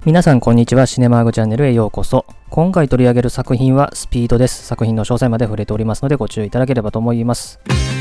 皆さんこんにちは。シネマーグチャンネルへようこそ。今回取り上げる作品はスピードです。作品の詳細まで触れておりますのでご注意いただければと思います。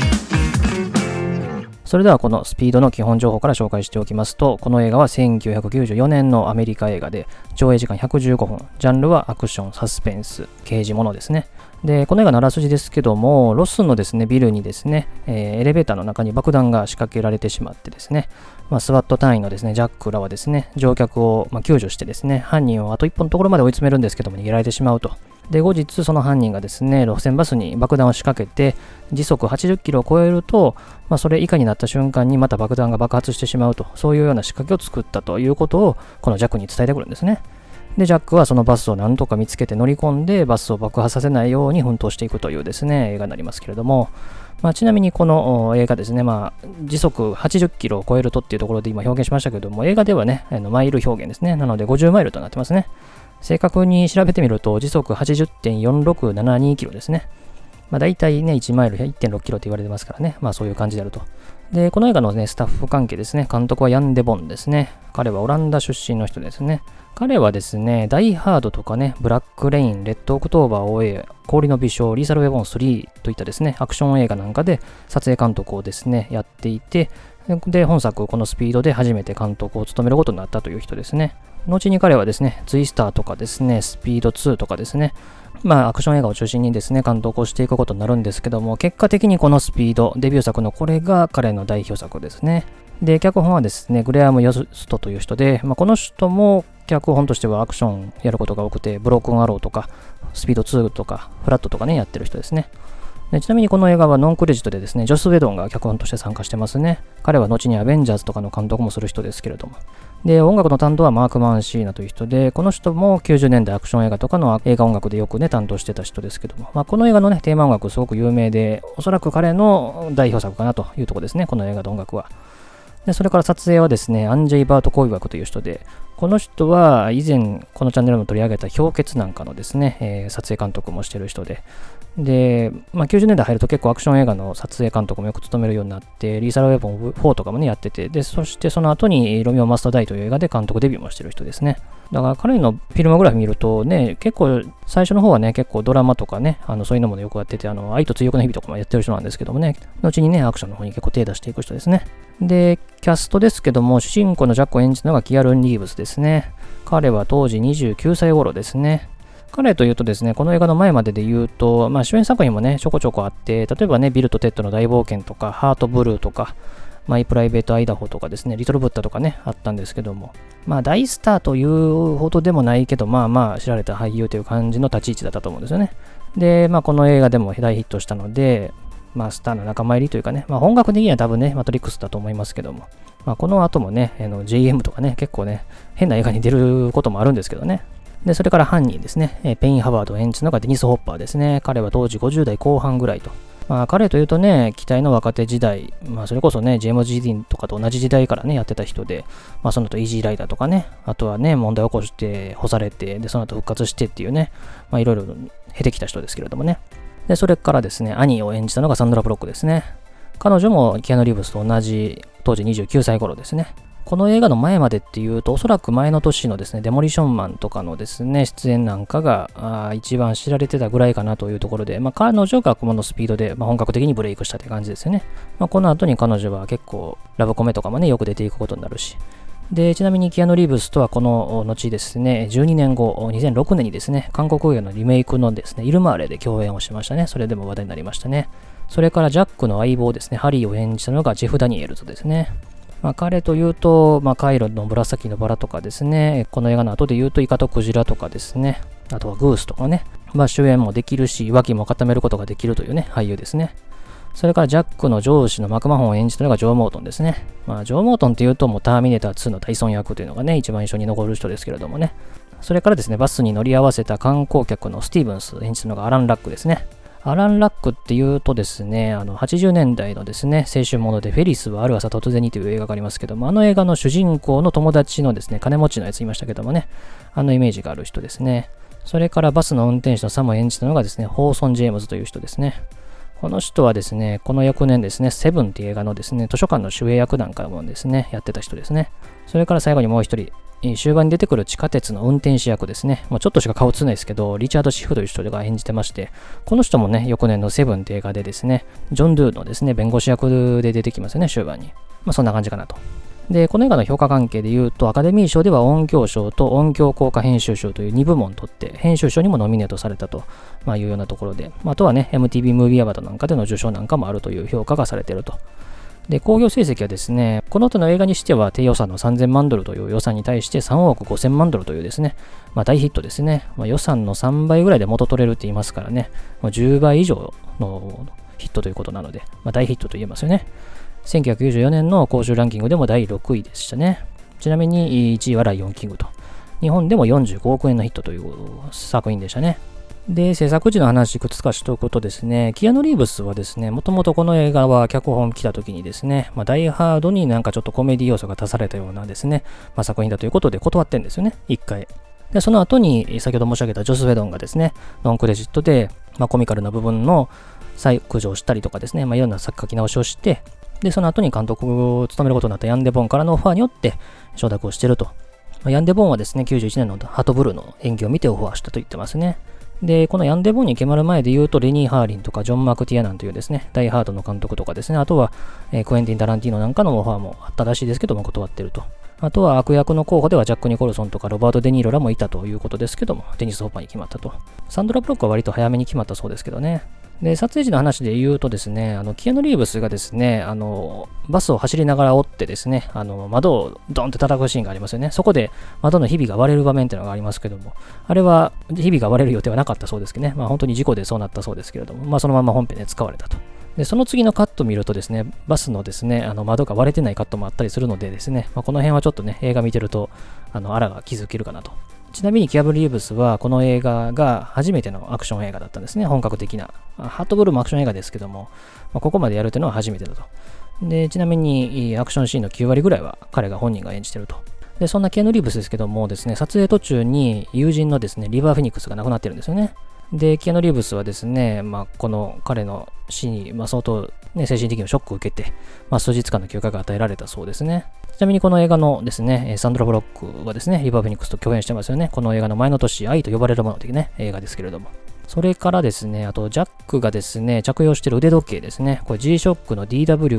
それではこのスピードの基本情報から紹介しておきますと、この映画は1994年のアメリカ映画で、上映時間115分、ジャンルはアクション、サスペンス、刑事ものですね。で、この映画のあらすじですけども、ロスのですね、ビルにですね、エレベーターの中に爆弾が仕掛けられてしまってですね、スワット隊員のですね、ジャックらはですね、乗客を救助してですね、犯人をあと一歩のところまで追い詰めるんですけども、逃げられてしまうと。で、後日その犯人がですね、路線バスに爆弾を仕掛けて、時速80キロを超えると、それ以下になった瞬間にまた爆弾が爆発してしまうと、そういうような仕掛けを作ったということを、このジャックに伝えてくるんですね。で、ジャックはそのバスを何とか見つけて乗り込んで、バスを爆破させないように奮闘していくというですね、映画になりますけれども、ちなみにこの映画ですね、時速80キロを超えるとっていうところで今表現しましたけども、映画ではね、マイル表現ですね。なので50マイルとなってますね。正確に調べてみると、時速 80.4672 キロですね。だいたいね、1マイル 1.6 キロと言われてますからね。そういう感じであると。で、この映画のね、スタッフ関係ですね。監督はヤン・デ・ボンですね。彼はオランダ出身の人ですね。彼はですね、ダイ・ハードとかね、ブラック・レイン、レッド・オクトーバー OA、氷の美少、リーサル・ウェボン3といったですね、アクション映画なんかで撮影監督をですね、やっていて、で、本作、このスピードで初めて監督を務めることになったという人ですね。後に彼はですね、ツイスターとかですね、スピード2とかですね、アクション映画を中心にですね、監督をしていくことになるんですけども、結果的にこのスピード、デビュー作のこれが彼の代表作ですね。で、脚本はですね、グレアム・ヨストという人で、この人も脚本としてはアクションやることが多くて、ブロークン・アローとか、スピード2とか、フラットとかね、やってる人ですね。で、ちなみにこの映画はノンクレジットでですね、ジョス・ウェドンが脚本として参加してますね。彼は後にアベンジャーズとかの監督もする人ですけれども。で、音楽の担当はマーク・マンシーナという人で、この人も90年代アクション映画とかの映画音楽でよくね、担当してた人ですけども、この映画のね、テーマ音楽すごく有名で、おそらく彼の代表作かなというところですね、この映画の音楽は。で、それから撮影はですね、アンジェイ・バート・コイワクという人で、この人は以前このチャンネルも取り上げた氷結なんかのですね、撮影監督もしてる人で、で、90年代入ると結構アクション映画の撮影監督もよく務めるようになって、リーサル・ウェポン4とかもね、やってて、で、そしてその後にロミオ・マスター・ダイという映画で監督デビューもしてる人ですね。だから彼のフィルモグラフィー見るとね、結構最初の方はね、結構ドラマとかね、そういうのもよくやってて、愛と追憶の日々とかもやってる人なんですけどもね、後にね、アクションの方に結構手出していく人ですね。で、キャストですけども、主人公のジャックを演じたのがキアルン・リーブスですね。彼は当時29歳頃ですね。彼というとですね、この映画の前までで言うと、主演作品もね、ちょこちょこあって、例えばね、ビルとテッドの大冒険とか、ハートブルーとか、マイプライベートアイダホとかですね、リトルブッダとかね、あったんですけども、大スターというほどでもないけど、知られた俳優という感じの立ち位置だったと思うんですよね。で、この映画でも大ヒットしたので、スターの仲間入りというかね、本格的には多分ね、マトリックスだと思いますけども、この後もね、JM とかね、結構ね、変な映画に出ることもあるんですけどね。で、それから犯人ですね、ペイン・ハワードを演じたのがデニス・ホッパーですね。彼は当時50代後半ぐらいと。彼というとね、期待の若手時代、それこそね、ジェームズ・ジーディンとかと同じ時代からね、やってた人で、その後イージーライダーとかね、あとはね、問題を起こして、干されて、で、その後復活してっていうね、いろいろ経てきた人ですけれどもね。で、それからですね、アニーを演じたのがサンドラ・ブロックですね。彼女もキアヌ・リーブスと同じ、当時29歳頃ですね。この映画の前までっていうと、おそらく前の年のですね、デモリションマンとかのですね、出演なんかが一番知られてたぐらいかなというところで、彼女がこのスピードで、本格的にブレイクしたって感じですよね。この後に彼女は結構ラブコメとかもね、よく出ていくことになるし。で、ちなみにキアヌ・リーブスとはこの後ですね、12年後、2006年にですね、韓国映画のリメイクのですね、イルマーレで共演をしましたね。それでも話題になりましたね。それからジャックの相棒ですね、ハリーを演じたのがジェフ・ダニエルズですね。彼というと、カイロの紫のバラとかですね、この映画の後で言うとイカとクジラとかですね、あとはグースとかね、主演もできるし、脇も固めることができるというね、俳優ですね。それからジャックの上司のマクマホンを演じたのがジョー・モートンですね。ジョー・モートンっていうともうターミネーター2のダイソン役というのがね、一番印象に残る人ですけれどもね。それからですね、バスに乗り合わせた観光客のスティーブンスを演じたのがアラン・ラックですね。アラン・ラックっていうとですね、80年代のですね、青春ものでフェリスはある朝突然にという映画がありますけども、映画の主人公の友達のですね、金持ちのやついましたけどもね、イメージがある人ですね。それからバスの運転手のサムを演じたのがですね、ホーソン・ジェームズという人ですね。この人はですね、この翌年ですね、セブンっていう映画のですね、図書館の守衛役なんかもですね、やってた人ですね。それから最後にもう一人、 終盤に出てくる地下鉄の運転士役ですね。ちょっとしか顔映んないですけど、リチャード・シフという人が演じてまして、この人もね、翌年のセブンって映画でですね、ジョン・ドゥのですね、弁護士役で出てきますよね、終盤に。そんな感じかなと。で、この映画の評価関係で言うと、アカデミー賞では音響賞と音響効果編集賞という2部門取って、編集賞にもノミネートされたというようなところで、あとはね、MTV ムービーアワードなんかでの受賞なんかもあるという評価がされていると。で、興行成績はですね、この後の映画にしては低予算の3000万ドルという予算に対して3億5000万ドルというですね、大ヒットですね。予算の3倍ぐらいで元取れるって言いますからね、10倍以上のヒットということなので、大ヒットと言えますよね。1994年の興収ランキングでも第6位でしたね。ちなみに1位はライオンキングと。日本でも45億円のヒットという作品でしたね。で、制作時の話いくつかしておくとですね、キアヌ・リーブスはですね、もともとこの映画は脚本来た時にですね、ダイハードになんかちょっとコメディ要素が足されたようなですね、作品だということで断ってんですよね、一回。で、その後に先ほど申し上げたジョス・ウェドンがですね、ノンクレジットで、コミカルな部分の削除をしたりとかですね、いろんな書き直しをして、で、その後に監督を務めることになったヤン・デ・ボンからのオファーによって承諾をしていると。ヤン・デ・ボンはですね、91年のハートブルーの演技を見てオファーしたと言ってますね。で、このヤン・デ・ボンに決まる前で言うと、レニー・ハーリンとかジョン・マクティアナンというですね、ダイ・ハードの監督とかですね、あとは、クエンティン・タランティーノなんかのオファーもあったらしいですけども、断っていると。あとは悪役の候補ではジャック・ニコルソンとかロバート・デ・ニーロらもいたということですけども、デニス・ホッパーに決まったと。サンドラ・ブロックは割と早めに決まったそうですけどね。で、撮影時の話で言うとですね、キアヌ・リーブスがですね、バスを走りながら追ってですね、窓をドンって叩くシーンがありますよね。そこで窓のひびが割れる場面っていうのがありますけども、あれはひびが割れる予定はなかったそうですけどね、本当に事故でそうなったそうですけれども、そのまま本編で使われたと。で、その次のカットを見るとですね、バスのですね、窓が割れてないカットもあったりするのでですね、この辺はちょっとね、映画見てると、あらが気づけるかなと。ちなみにキアヌ・リーブスはこの映画が初めてのアクション映画だったんですね。本格的な。ハートブルーもアクション映画ですけども、ここまでやるというのは初めてだと。で、ちなみにアクションシーンの9割ぐらいは彼が本人が演じてると。で、そんなキアヌ・リーブスですけどもですね、撮影途中に友人のですね、リバー・フェニックスが亡くなってるんですよね。で、キアヌ・リーブスはですね、この彼の死に、相当、ね、精神的にショックを受けて、数日間の休暇が与えられたそうですね。ちなみにこの映画のですね、サンドラ・ブロックはですね、リバー・フェニックスと共演してますよね。この映画の前の年、愛と呼ばれるものというね、映画ですけれども。それからですね、あとジャックがですね、着用している腕時計ですね。これ G-SHOCK の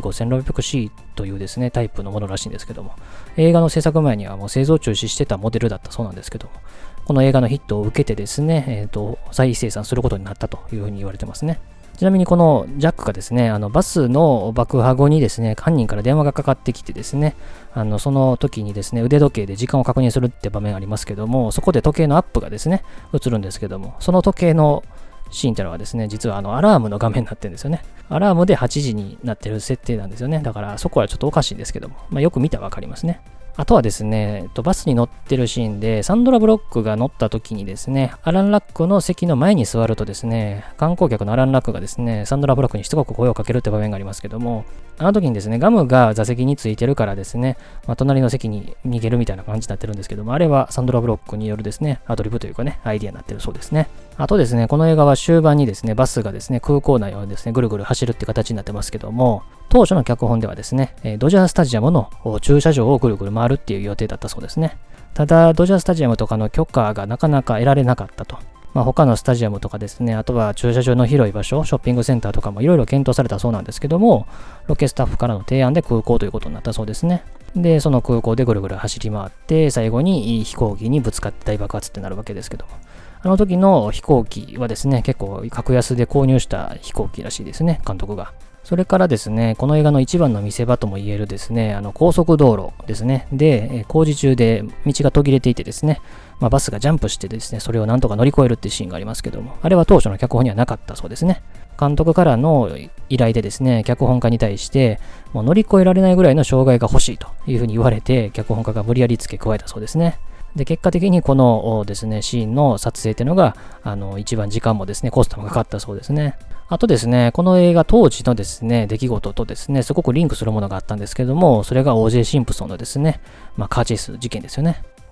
DW5600C というですね、タイプのものらしいんですけども、映画の制作前にはもう製造中止してたモデルだったそうなんですけども、この映画のヒットを受けてですね、再生産することになったというふうに言われてますね。ちなみにこのジャックがですね、バスの爆破後にですね、犯人から電話がかかってきてですね、その時にですね、腕時計で時間を確認するって場面ありますけども、そこで時計のアップがですね、映るんですけども、その時計のシーンっていうのはですね、実はアラームの画面になってるんですよね。アラームで8時になってる設定なんですよね。だからそこはちょっとおかしいんですけども、よく見たらわかりますね。あとはですね、バスに乗ってるシーンで、サンドラ・ブロックが乗った時にですね、アラン・ラックの席の前に座るとですね、観光客のアラン・ラックがですね、サンドラ・ブロックにしつこく声をかけるって場面がありますけども、あの時にですね、ガムが座席についてるからですね、隣の席に逃げるみたいな感じになってるんですけども、あれはサンドラ・ブロックによるですね、アドリブというかね、アイディアになってるそうですね。あとですね、この映画は終盤にですね、バスがですね、空港内をですね、ぐるぐる走るって形になってますけども、当初の脚本ではですね、ドジャースタジアムの駐車場をぐるぐる回るっていう予定だったそうですね。ただ、ドジャースタジアムとかの許可がなかなか得られなかったと。他のスタジアムとかですね、あとは駐車場の広い場所、ショッピングセンターとかもいろいろ検討されたそうなんですけども、ロケスタッフからの提案で空港ということになったそうですね。で、その空港でぐるぐる走り回って、最後に飛行機にぶつかって大爆発ってなるわけですけども。あの時の飛行機はですね、結構格安で購入した飛行機らしいですね、監督が。それからですね、この映画の一番の見せ場とも言えるですね、高速道路ですね。で、工事中で道が途切れていてですね、バスがジャンプしてですね、それをなんとか乗り越えるっていうシーンがありますけども、あれは当初の脚本にはなかったそうですね。監督からの依頼でですね、脚本家に対して、もう乗り越えられないぐらいの障害が欲しいというふうに言われて、脚本家が無理やり付け加えたそうですね。で、結果的にこのですね、シーンの撮影っていうのが、一番時間もですね、コストもかかったそうですね。あとですね、この映画当時のですね、出来事とですね、すごくリンクするものがあったんですけども、それが OJ シンプソンのですね、カーチェイス事件ですよね。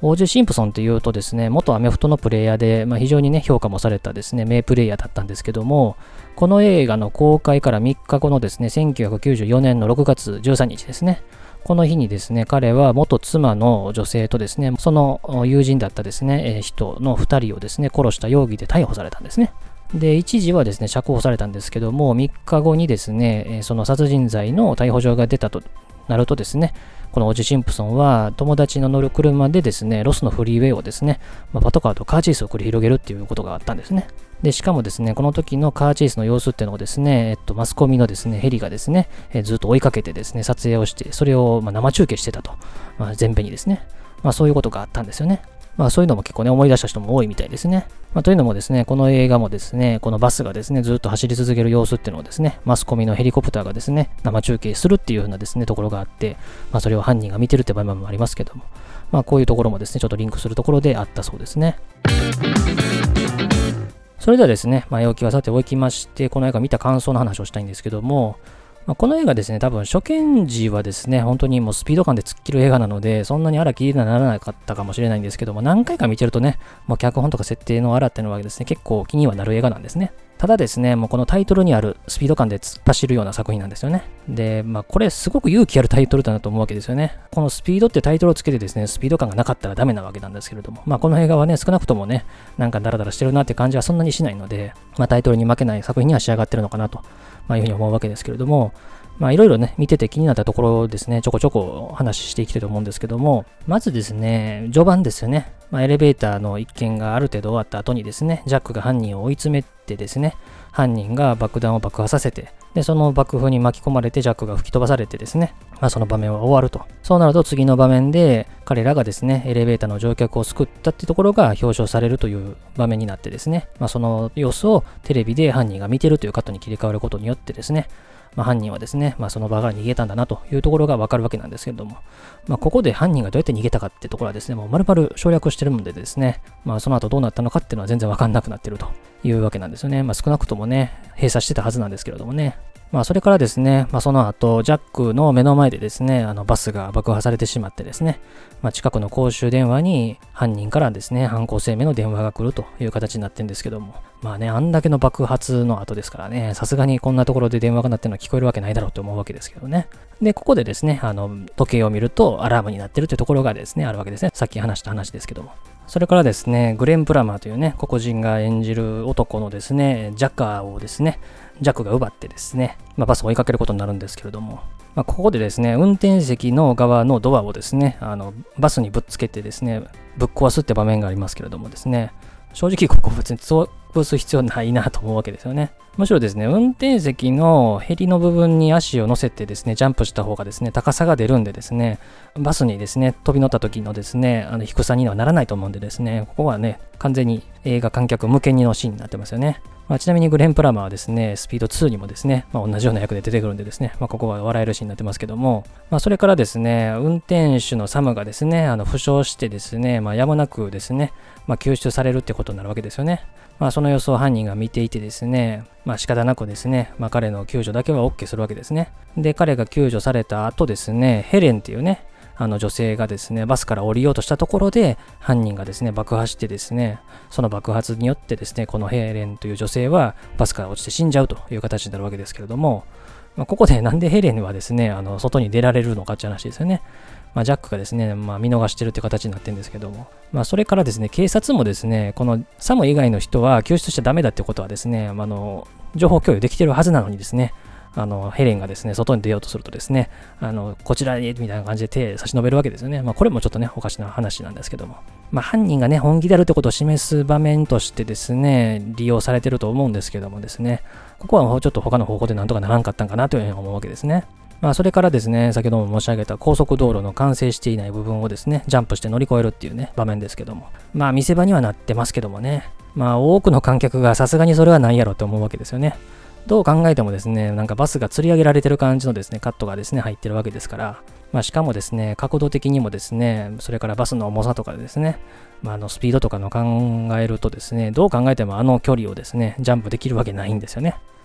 O.J.シンプソンっていうとですね、元アメフトのプレイヤーで、非常にね、評価もされたですね、名プレイヤーだったんですけども、この映画の公開から3日後のですね、1994年の6月13日ですね、この日にですね、彼は元妻の女性とですね、その友人だったですね、人の2人をですね、殺した容疑で逮捕されたんですね。で、一時はですね、釈放されたんですけども、3日後にですね、その殺人罪の逮捕状が出たとなるとですね、このO.J.シンプソンは友達の乗る車でですね、ロスのフリーウェイをですね、パトカーとカーチェイスを繰り広げるっていうことがあったんですね。で、しかもですね、この時のカーチェイスの様子っていうのをですね、マスコミのですね、ヘリがですね、ずっと追いかけてですね、撮影をして、それを生中継してたと。全米にですね。そういうことがあったんですよね。そういうのも結構ね、思い出した人も多いみたいですね。というのもですね、この映画もですね、このバスがですね、ずっと走り続ける様子っていうのをですね、マスコミのヘリコプターがですね、生中継するっていう風なですね、ところがあって、それを犯人が見てるって場面もありますけども、こういうところもですね、ちょっとリンクするところであったそうですね。それではですね、前置きはさておきまして、この映画見た感想の話をしたいんですけども、この映画ですね、多分初見時はですね、本当にもうスピード感で突っ切る映画なので、そんなに荒気にはならなかったかもしれないんですけども、何回か見てるとね、もう脚本とか設定の荒っていうのはですね、結構気にはなる映画なんですね。ただですね、もうこのタイトルにあるスピード感で突っ走るような作品なんですよね。で、これすごく勇気あるタイトルだなと思うわけですよね。このスピードってタイトルをつけてですね、スピード感がなかったらダメなわけなんですけれども、この映画はね、少なくともね、なんかダラダラしてるなって感じはそんなにしないので、タイトルに負けない作品には仕上がってるのかなと、いうふうに思うわけですけれども、いろいろね、見てて気になったところですね、ちょこちょこ話していきたいと思うんですけども、まずですね、序盤ですよね。エレベーターの一件がある程度終わった後にですね、ジャックが犯人を追い詰めてですね、犯人が爆弾を爆破させて、で、その爆風に巻き込まれてジャックが吹き飛ばされてですね、その場面は終わると。そうなると次の場面で、彼らがですね、エレベーターの乗客を救ったってところが表彰されるという場面になってですね、その様子をテレビで犯人が見てるというカットに切り替わることによってですね、犯人はですね、その場から逃げたんだなというところがわかるわけなんですけれども、ここで犯人がどうやって逃げたかってところはですね、もう丸々省略してるのでですね、その後どうなったのかっていうのは全然わかんなくなってるというわけなんですよね。少なくともね、閉鎖してたはずなんですけれどもね。それからですね、その後、ジャックの目の前でですね、バスが爆破されてしまってですね、近くの公衆電話に犯人からですね、犯行声明の電話が来るという形になってるんですけども、あんだけの爆発の後ですからね、さすがにこんなところで電話が鳴ってるのは聞こえるわけないだろうと思うわけですけどね。で、ここでですね、時計を見るとアラームになってるというところがですね、あるわけですね。さっき話した話ですけども。それからですね、グレン・プラマーというね、黒人が演じる男のですね、ジャッカーをですね、ジャックが奪ってですね、バスを追いかけることになるんですけれども、ここでですね、運転席の側のドアをですね、バスにぶっつけてですね、ぶっ壊すって場面がありますけれどもですね、正直ここ別に潰す必要ないなと思うわけですよね。むしろですね、運転席のヘリの部分に足を乗せてですね、ジャンプした方がですね、高さが出るんでですね、バスにですね、飛び乗った時のですね、低さにはならないと思うんでですね、ここはね、完全に映画観客向けのシーンになってますよね。ちなみにグレン・プラマーはですね、スピード2にもですね、同じような役で出てくるんでですね、ここは笑えるシーンになってますけども、それからですね、運転手のサムがですね、負傷してですね、やむなくですね、救出されるってことになるわけですよね。その様子を犯人が見ていてですね、仕方なくですね、彼の救助だけは OK するわけですね。で、彼が救助された後ですね、ヘレンっていうね、女性がですね、バスから降りようとしたところで、犯人がですね、爆破してですね、その爆発によってですね、このヘレンという女性はバスから落ちて死んじゃうという形になるわけですけれども、ここでなんでヘレンはですね、外に出られるのかっていう話ですよね。ジャックがですね、見逃してるっていう形になってるんですけども、それからですね、警察もですね、このサム以外の人は救出しちゃダメだってことはですね、情報共有できてるはずなのにですね、ヘレンがですね、外に出ようとするとですね、こちらにみたいな感じで手差し伸べるわけですよね。これもちょっとね、おかしな話なんですけども。犯人がね、本気であるってことを示す場面としてですね、利用されてると思うんですけどもですね、ここはちょっと他の方法でなんとかならんかったんかなというふうに思うわけですね。それからですね、先ほども申し上げた高速道路の完成していない部分をですね、ジャンプして乗り越えるっていうね、場面ですけども。見せ場にはなってますけどもね。多くの観客がさすがにそれはないやろと思うわけですよね。どう考えてもですね、なんかバスが吊り上げられてる感じのですね、カットがですね、入ってるわけですから、しかもですね、角度的にもですね、それからバスの重さとかですね、スピードとかの考えるとですね、どう考えても距離をですね、ジャンプできるわけないんですよね。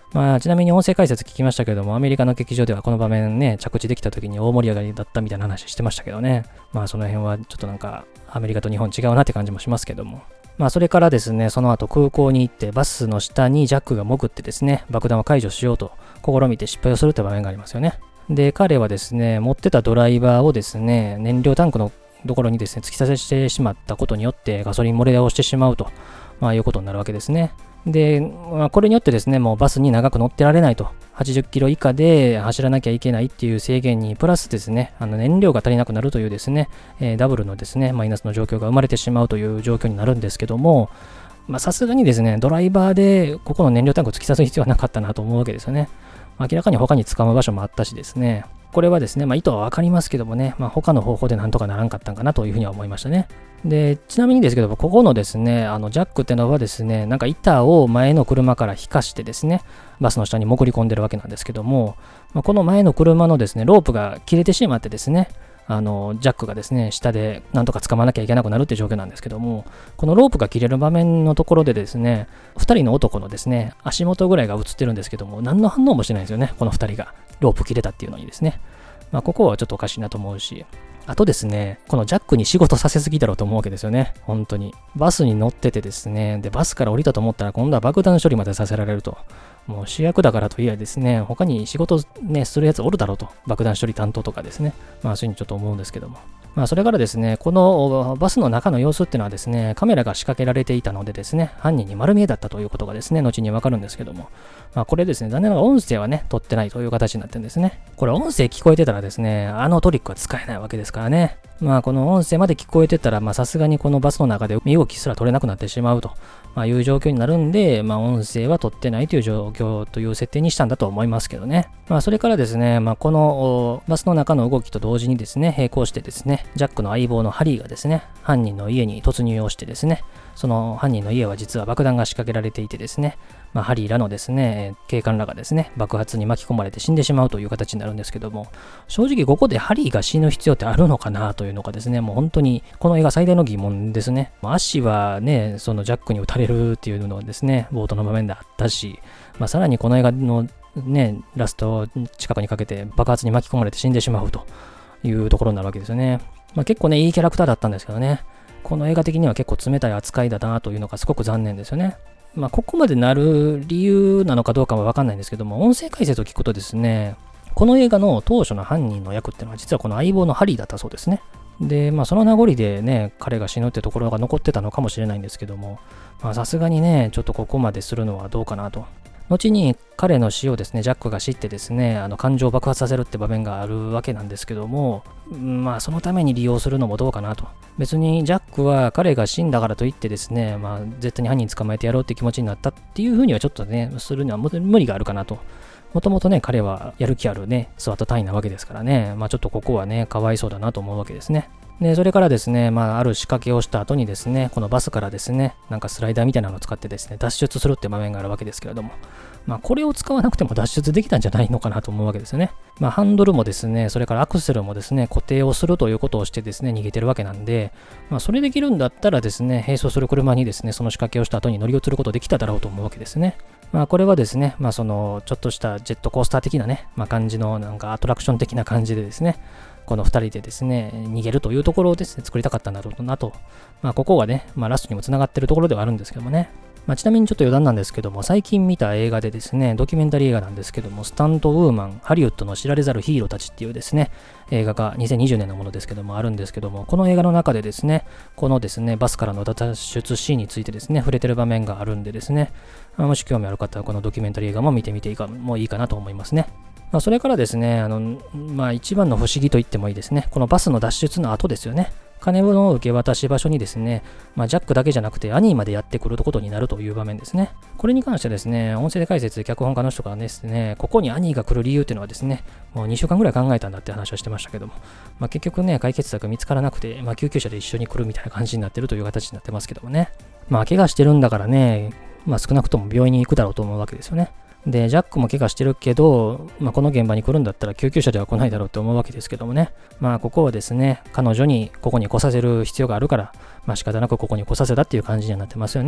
ちなみに音声解説聞きましたけども、アメリカの劇場ではこの場面ね、着地できた時に大盛り上がりだったみたいな話してましたけどね。その辺はちょっとなんか、アメリカと日本違うなって感じもしますけども。それからですね、その後空港に行って、バスの下にジャックが潜ってですね、爆弾を解除しようと試みて失敗をするという場面がありますよね。で、彼はですね、持ってたドライバーをですね、燃料タンクのところにですね、突き刺してしまったことによってガソリン漏れをしてしまうと、いうことになるわけですね。で、これによってですね、もうバスに長く乗ってられないと、80キロ以下で走らなきゃいけないっていう制限にプラスですね、燃料が足りなくなるというですね、ダブルのですね、マイナスの状況が生まれてしまうという状況になるんですけども、さすがにですね、ドライバーでここの燃料タンクを突き刺す必要はなかったなと思うわけですよね。明らかに他に使う場所もあったしですね、これはですね、意図はわかりますけどもね、他の方法でなんとかならんかったんかなというふうには思いましたね。で、ちなみにですけど、ここのですね、ジャックってのはですね、なんか板を前の車から引かしてですね、バスの下に潜り込んでるわけなんですけども、この前の車のですね、ロープが切れてしまってですね、ジャックがですね、下でなんとか掴まなきゃいけなくなるっていう状況なんですけども、このロープが切れる場面のところでですね、2人の男のですね、足元ぐらいが映ってるんですけども、何の反応もしないんですよね、この2人が。ロープ切れたっていうのにですね。ここはちょっとおかしいなと思うし、あとですね、このジャックに仕事させすぎだろうと思うわけですよね。本当に。バスに乗っててですね、で、バスから降りたと思ったら今度は爆弾処理までさせられると。もう主役だからといえですね、他に仕事ね、するやつおるだろうと。爆弾処理担当とかですね。そういうふうにちょっと思うんですけども。それからですね、このバスの中の様子っていうのはですね、カメラが仕掛けられていたのでですね、犯人に丸見えだったということがですね、後にわかるんですけども、これですね、残念ながら音声はね、取ってないという形になってるんですね。これ音声聞こえてたらですね、あのトリックは使えないわけですからね。この音声まで聞こえてたら、さすがにこのバスの中で身動きすら取れなくなってしまうという状況になるんで、音声は取ってないという状況という設定にしたんだと思いますけどね。それからですね、このバスの中の動きと同時にですね、並行してですね、ジャックの相棒のハリーがですね、犯人の家に突入をしてですね、その犯人の家は実は爆弾が仕掛けられていてですね、ハリーらのですね、警官らがですね、爆発に巻き込まれて死んでしまうという形になるんですけども、正直ここでハリーが死ぬ必要ってあるのかなというのがですね、もう本当にこの映画最大の疑問ですね。足はね、そのジャックに撃たれるっていうのはですね、冒頭の場面であったし、さらにこの映画のね、ラスト近くにかけて爆発に巻き込まれて死んでしまうというところになるわけですよね。結構ね、いいキャラクターだったんですけどね、この映画的には結構冷たい扱いだなというのがすごく残念ですよね。ここまでなる理由なのかどうかはわかんないんですけども、音声解説を聞くとですね、この映画の当初の犯人の役っていうのは実はこの相棒のハリーだったそうですね。で、その名残でね、彼が死ぬってところが残ってたのかもしれないんですけども、さすがにね、ちょっとここまでするのはどうかなと。後に彼の死をですね、ジャックが知ってですね、感情を爆発させるって場面があるわけなんですけども、そのために利用するのもどうかなと。別にジャックは彼が死んだからといってですね、絶対に犯人捕まえてやろうって気持ちになったっていうふうにはちょっとね、するには無理があるかなと。もともとね、彼はやる気あるね、スワット隊員なわけですからね、ちょっとここはね、かわいそうだなと思うわけですね。で、それからですね、ある仕掛けをした後にですね、このバスからですね、なんかスライダーみたいなのを使ってですね、脱出するって場面があるわけですけれども、これを使わなくても脱出できたんじゃないのかなと思うわけですよね。ハンドルもですね、それからアクセルもですね、固定をするということをしてですね、逃げてるわけなんで、それできるんだったらですね、並走する車にですね、その仕掛けをした後に乗り移ることできただろうと思うわけですね。これはですね、その、ちょっとしたジェットコースター的なね、感じのなんかアトラクション的な感じでですね、この2人でですね、逃げるというところをですね、作りたかったんだろうなと。ここがね、ラストにもつながってるところではあるんですけどもね。ちなみにちょっと余談なんですけども、最近見た映画でですね、ドキュメンタリー映画なんですけども、スタントウーマン、ハリウッドの知られざるヒーローたちっていうですね、映画が2020年のものですけども、あるんですけども、この映画の中でですね、このですね、バスからの脱出シーンについてですね、触れてる場面があるんでですね、もし興味ある方はこのドキュメンタリー映画も見てみてもいいかなと思いますね。それからですね、一番の不思議と言ってもいいですね、このバスの脱出の後ですよね。金の受け渡し場所にですね、ジャックだけじゃなくて兄までやってくることになるという場面ですね。これに関してですね、音声解説、脚本家の人がですね、ここに兄が来る理由っていうのはですね、もう2週間ぐらい考えたんだって話をしてましたけども、結局ね、解決策見つからなくて、救急車で一緒に来るみたいな感じになってるという形になってますけどもね。怪我してるんだからね、少なくとも病院に行くだろうと思うわけですよね。で、ジャックも怪我してるけど、この現場に来るんだったら救急車では来ないだろうと思うわけですけどもね。ここはですね、彼女にここに来させる必要があるから、仕方なくここに来させたっていう感じにはなってますよね。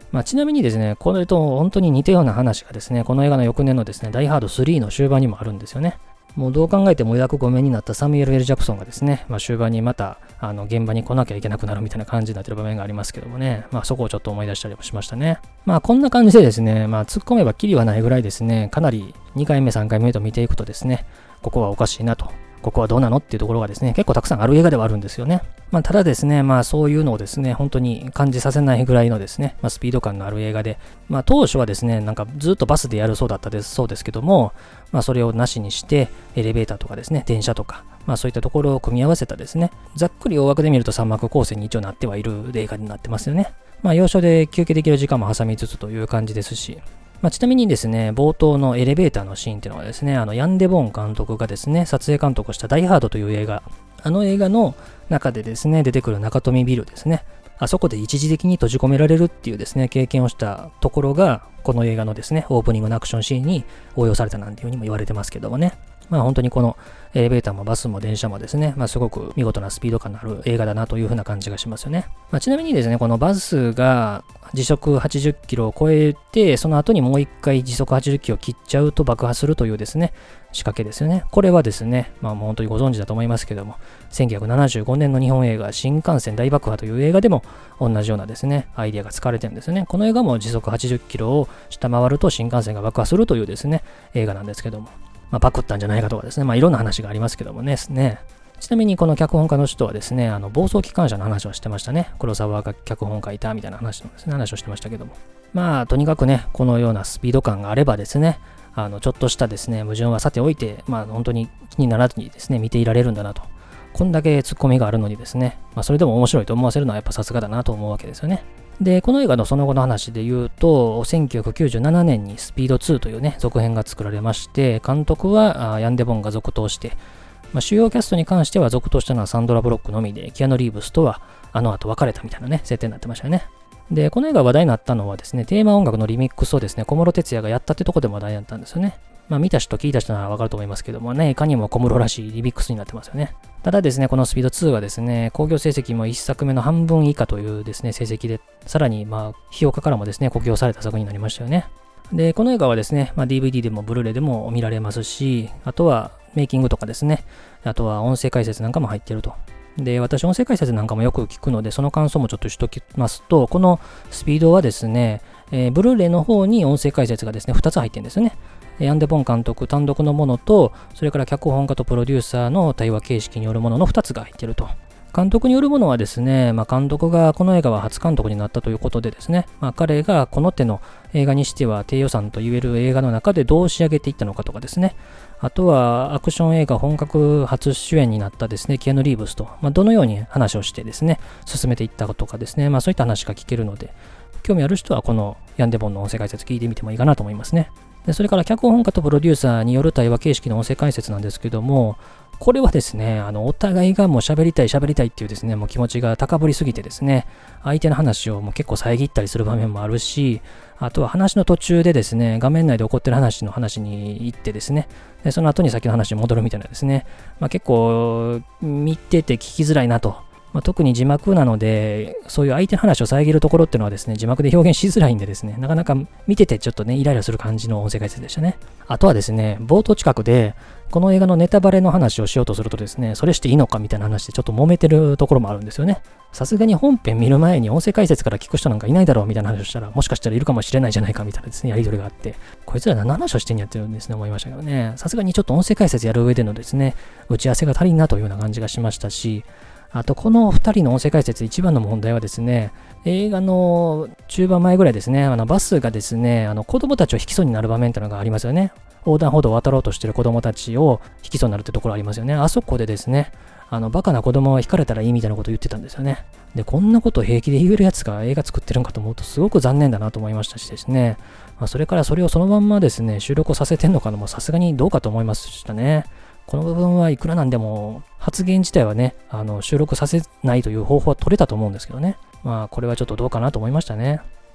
ちなみにですね、これと本当に似たような話がですね、この映画の翌年のですね、ダイハード3の終盤にもあるんですよね。もうどう考えても役御免になったサミュエル・L・ジャクソンがですね、終盤にまた現場に来なきゃいけなくなるみたいな感じになってる場面がありますけどもね、そこをちょっと思い出したりもしましたね。こんな感じでですね、突っ込めばキリはないぐらいですね、かなり2回目、3回目と見ていくとですね、ここはおかしいなと。ここはどうなのっていうところがですね、結構たくさんある映画ではあるんですよね。ただですね、そういうのをですね、本当に感じさせないぐらいのですね、スピード感のある映画で、当初はですね、なんかずっとバスでやるそうだったそうですけども、それをなしにして、エレベーターとかですね、電車とか、そういったところを組み合わせたですね、ざっくり大枠で見ると3幕構成に一応なってはいる映画になってますよね。要所で休憩できる時間も挟みつつという感じですし、ちなみにですね、冒頭のエレベーターのシーンっていうのはですね、ヤンデ・ボン監督がですね、撮影監督をしたダイハードという映画、あの映画の中でですね、出てくる中富ビルですね、あそこで一時的に閉じ込められるっていうですね、経験をしたところが、この映画のですね、オープニングのアクションシーンに応用されたなんていうふうにも言われてますけどもね。本当にこのエレベーターもバスも電車もですね、すごく見事なスピード感のある映画だなという風な感じがしますよね。ちなみにですね、このバスが時速80キロを超えて、その後にもう一回時速80キロを切っちゃうと爆破するというですね、仕掛けですよね。これはですね、もう本当にご存知だと思いますけども、1975年の日本映画、新幹線大爆破という映画でも同じようなですね、アイデアが使われてるんですよね。この映画も時速80キロを下回ると新幹線が爆破するというですね、映画なんですけども。パクったんじゃないかとかですね、いろんな話がありますけどもね。ちなみにこの脚本家の人はですね、暴走機関車の話をしてましたね。黒沢が脚本書いたみたいな話のですね、話をしてましたけども。とにかくね、このようなスピード感があればですね、ちょっとしたですね、矛盾はさておいて、本当に気にならずにですね、見ていられるんだなと。こんだけツッコミがあるのにですね、それでも面白いと思わせるのはやっぱさすがだなと思うわけですよね。で、この映画のその後の話で言うと、1997年にスピード2というね、続編が作られまして、監督はヤンデ・ボンが続投して、主要キャストに関しては続投したのはサンドラ・ブロックのみで、キアヌ・リーブスとはあの後別れたみたいなね、設定になってましたよね。で、この映画話題になったのはですね、テーマ音楽のリミックスをですね、小室哲哉がやったってとこでも話題になったんですよね。見た人聞いた人ならわかると思いますけどもね、いかにも小室らしいリミックスになってますよね。ただですね、このスピード2はですね、興行成績も1作目の半分以下というですね、成績で、さらに評価からもですね、酷評された作品になりましたよね。で、この映画はですね、DVD でもブルーレイでも見られますし、あとはメイキングとかですね、あとは音声解説なんかも入っていると。で、私音声解説なんかもよく聞くので、その感想もちょっとしときますと、このスピードはですね、ブルーレイの方に音声解説がですね、2つ入ってるんですよね。ヤンデ・ボン監督単独のものと、それから脚本家とプロデューサーの対話形式によるものの2つが入っていると。監督によるものはですね、監督がこの映画は初監督になったということでですね、彼がこの手の映画にしては低予算と言える映画の中でどう仕上げていったのかとかですね、あとはアクション映画本格初主演になったですね、キアヌ・リーブスと、どのように話をしてですね、進めていったかとかですね、そういった話が聞けるので、興味ある人はこのヤンデ・ボンの音声解説聞いてみてもいいかなと思いますね。でそれから脚本家とプロデューサーによる対話形式の音声解説なんですけども、これはですね、お互いがもう喋りたいっていうですね、もう気持ちが高ぶりすぎてですね、相手の話をもう結構遮ったりする場面もあるし、あとは話の途中でですね、画面内で起こってる話に行ってですね、でその後に先の話に戻るみたいなですね、結構見てて聞きづらいなと。特に字幕なので、そういう相手の話を遮るところっていうのはですね、字幕で表現しづらいんでですね、なかなか見ててちょっとね、イライラする感じの音声解説でしたね。あとはですね、冒頭近くで、この映画のネタバレの話をしようとするとですね、それしていいのかみたいな話でちょっと揉めてるところもあるんですよね。さすがに本編見る前に音声解説から聞く人なんかいないだろうみたいな話をしたら、もしかしたらいるかもしれないじゃないかみたいなですね、やり取りがあって、こいつら何の話をしてんやってるんですね、思いましたけどね。さすがにちょっと音声解説やる上でのですね、打ち合わせが足りんなというような感じがしましたし、あと、この2人の音声解説、一番の問題はですね、映画の中盤前ぐらいですね、バスがですね、子供たちを引きそうになる場面ってのがありますよね。横断歩道を渡ろうとしている子供たちを引きそうになるってところありますよね。あそこでですね、バカな子供は引かれたらいいみたいなことを言ってたんですよね。で、こんなことを平気で言えるやつが映画作ってるんかと思うと、すごく残念だなと思いましたしですね、それからそれをそのまんまですね、収録をさせてんのかのもさすがにどうかと思いましたね。この部分はいくらなんでも発言自体はね、収録させないという方法は取れたと思うんですけどね。これはちょっとどうかなと思いましたね。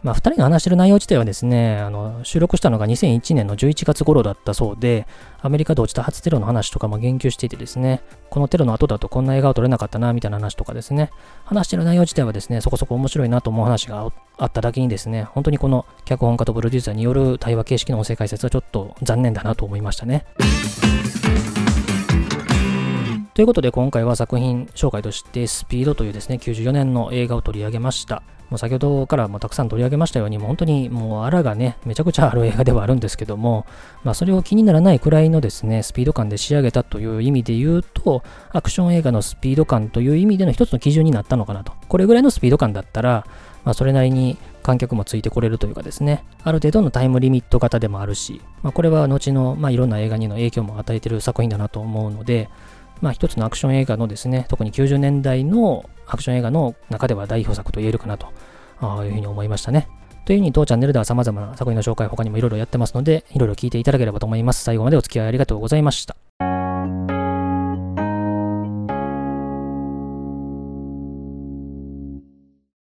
2人が話してる内容自体はですね、収録したのが2001年の11月頃だったそうで、アメリカで落ちた初テロの話とかも言及していてですね、このテロの後だとこんな映画を撮れなかったな、みたいな話とかですね、話してる内容自体はですね、そこそこ面白いなと思う話があっただけにですね、本当にこの脚本家とプロデューサーによる対話形式の音声解説はちょっと残念だなと思いましたね。ということで今回は作品紹介としてスピードというですね、94年の映画を取り上げました。もう先ほどからもたくさん取り上げましたように、もう本当にもうあらがね、めちゃくちゃある映画ではあるんですけども、それを気にならないくらいのですね、スピード感で仕上げたという意味で言うと、アクション映画のスピード感という意味での一つの基準になったのかなと。これぐらいのスピード感だったら、それなりに観客もついてこれるというかですね、ある程度のタイムリミット型でもあるし、これは後のいろんな映画にの影響も与えている作品だなと思うので、一つのアクション映画のですね、特に90年代のアクション映画の中では代表作と言えるかなというふうに思いましたね。というふうに当チャンネルでは様々な作品の紹介他にもいろいろやってますので、いろいろ聞いていただければと思います。最後までお付き合いありがとうございました。